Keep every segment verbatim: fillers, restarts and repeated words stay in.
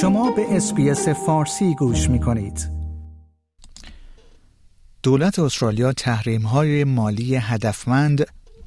شما به اس‌بی‌اس فارسی گوش می‌کنید. دولت استرالیا تحریم‌های مالی هدفمند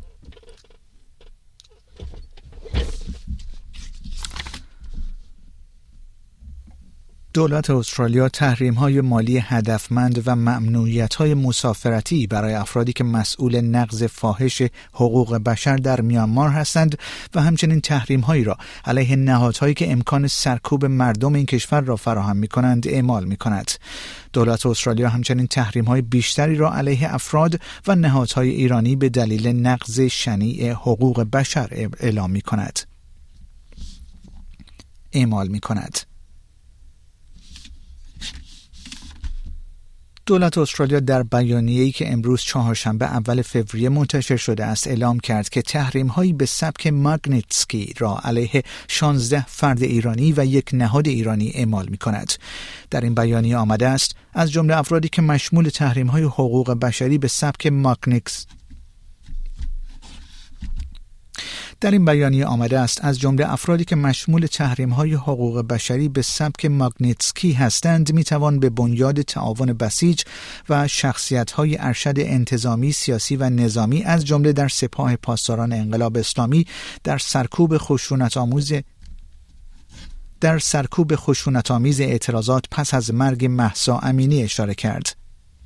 دولت استرالیا تحریم‌های مالی هدفمند و ممنوعیت‌های مسافرتی برای افرادی که مسئول نقض فاحش حقوق بشر در میانمار هستند و همچنین تحریم‌هایی را علیه نهادهایی که امکان سرکوب مردم این کشور را فراهم می‌کنند اعمال می‌کند. دولت استرالیا همچنین تحریم‌های بیشتری را علیه افراد و نهادهای ایرانی به دلیل نقض شنیع حقوق بشر اعلام می‌کند. اعمال می‌کند. دولت استرالیا در بیانیه‌ای که امروز چهارشنبه اول فوریه منتشر شده است اعلام کرد که تحریم‌هایی به سبک ماگنیتسکی را علیه شانزده فرد ایرانی و یک نهاد ایرانی اعمال می‌کند. در این بیانیه آمده است از جمله افرادی که مشمول تحریم‌های حقوق بشری به سبک ماگنیتس در این بیانیه آمده است از جمله افرادی که مشمول تحریم‌های حقوق بشری به سبک ماگنیتسکی هستند می‌توان به بنیاد تعاون بسیج و شخصیت‌های ارشد انتظامی، سیاسی و نظامی از جمله در سپاه پاسداران انقلاب اسلامی در سرکوب خشونت‌آمیز در سرکوب خشونت‌آمیز اعتراضات پس از مرگ مهسا امینی اشاره کرد.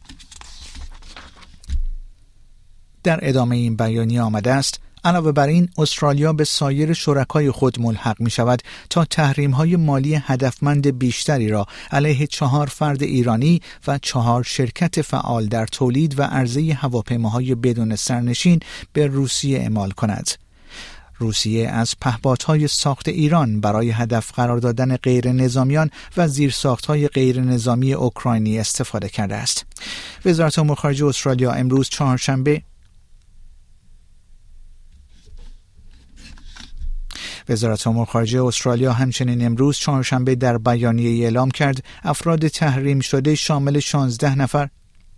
در ادامه این بیانیه آمده است علاوه بر این استرالیا به سایر شرکای خود ملحق می شود تا تحریم‌های مالی هدفمند بیشتری را علیه چهار فرد ایرانی و چهار شرکت فعال در تولید و عرضه هواپیماهای بدون سرنشین به روسیه اعمال کند. روسیه از پهپادهای ساخت ایران برای هدف قرار دادن غیر نظامیان و زیرساختهای غیر نظامی اوکراینی استفاده کرده است. وزارت امور خارجه استرالیا امروز چهارشنبه وزارت امور خارجه استرالیا همچنین امروز چهارشنبه در بیانیه‌ای اعلام کرد افراد تحریم شده شامل شانزده نفر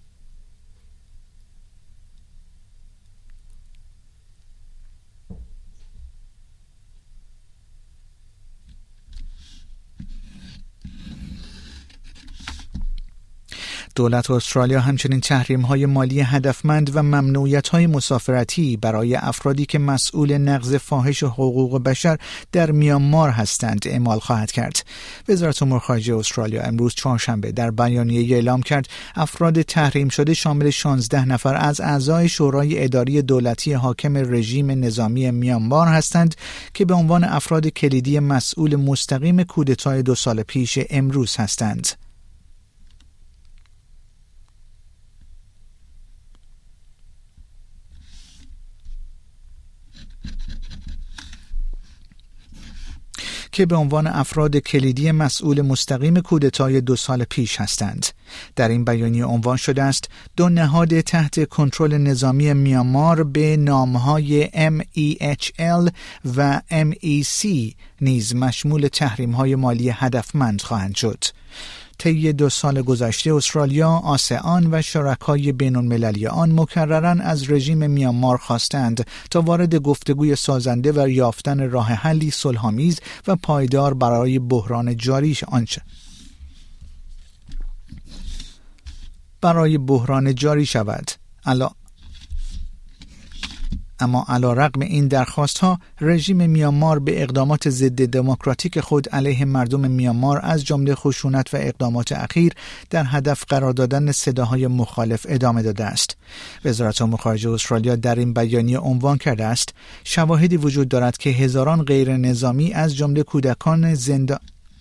دولت استرالیا همچنین تحریم‌های مالی هدفمند و ممنوعیت‌های مسافرتی برای افرادی که مسئول نقض فاحش حقوق بشر در میانمار هستند اعمال خواهد کرد. وزارت امور خارجه استرالیا امروز چهارشنبه در بیانیه‌ای اعلام کرد افراد تحریم شده شامل شانزده نفر از اعضای شورای اداری دولتی حاکم رژیم نظامی میانمار هستند که به عنوان افراد کلیدی مسئول مستقیم کودتای دو سال پیش امروز هستند. که به عنوان افراد کلیدی مسئول مستقیم کودتای دو سال پیش هستند. در این بیانیه عنوان شده است دو نهاد تحت کنترل نظامی میانمار به نامهای ام ای اچ ال و ام ای سی نیز مشمول تحریم‌های مالی هدفمند خواهند شد. طی دو سال گذشته استرالیا، آسئان و شرکای بین‌المللی آن مکرراً از رژیم میانمار خواستند تا وارد گفتگوی سازنده و یافتن راه حلی صلح‌آمیز و پایدار برای بحران جاریش آنچه برای بحران جاری شود. الا اما علی‌رغم این درخواست‌ها رژیم میانمار به اقدامات ضد دموکراتیک خود علیه مردم میانمار از جمله خشونت و اقدامات اخیر در هدف قرار دادن صداهای مخالف ادامه داده است. وزارت امور خارجه استرالیا در این بیانیه عنوان کرده است شواهدی وجود دارد که هزاران غیر نظامی از جمله کودکان زندان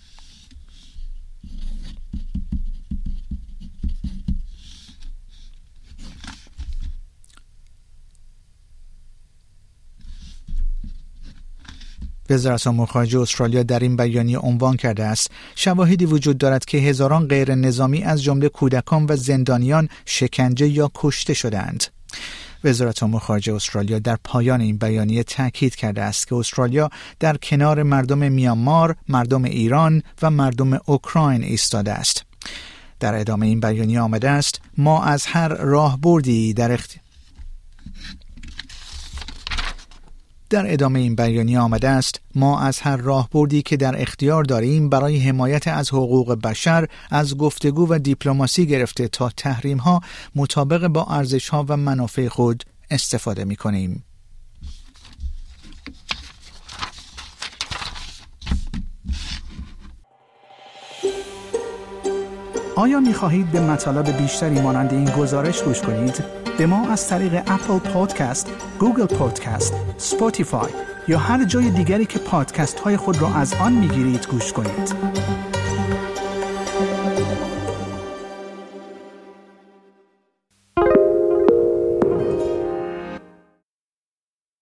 وزارت امور خارجه استرالیا در این بیانیه عنوان کرده است شواهدی وجود دارد که هزاران غیر نظامی از جمله کودکان و زندانیان شکنجه یا کشته شدند. وزارت امور خارجه استرالیا در پایان این بیانیه تاکید کرده است که استرالیا در کنار مردم میانمار، مردم ایران و مردم اوکراین ایستاده است. در ادامه این بیانیه آمده است ما از هر راهبردی در اختیار در ادامه این بیانیه آمده است: ما از هر راهبردی که در اختیار داریم برای حمایت از حقوق بشر، از گفتگو و دیپلماسی گرفته تا تحریم‌ها، مطابق با ارزش‌ها و منافع خود استفاده می‌کنیم. آیا می‌خواهید به مطالب بیشتری مانند این گزارش گوش کنید؟ به ما از طریق اپل پادکست، گوگل پادکست، اسپاتیفای یا هر جای دیگری که پادکست های خود را از آن میگیرید گوش کنید.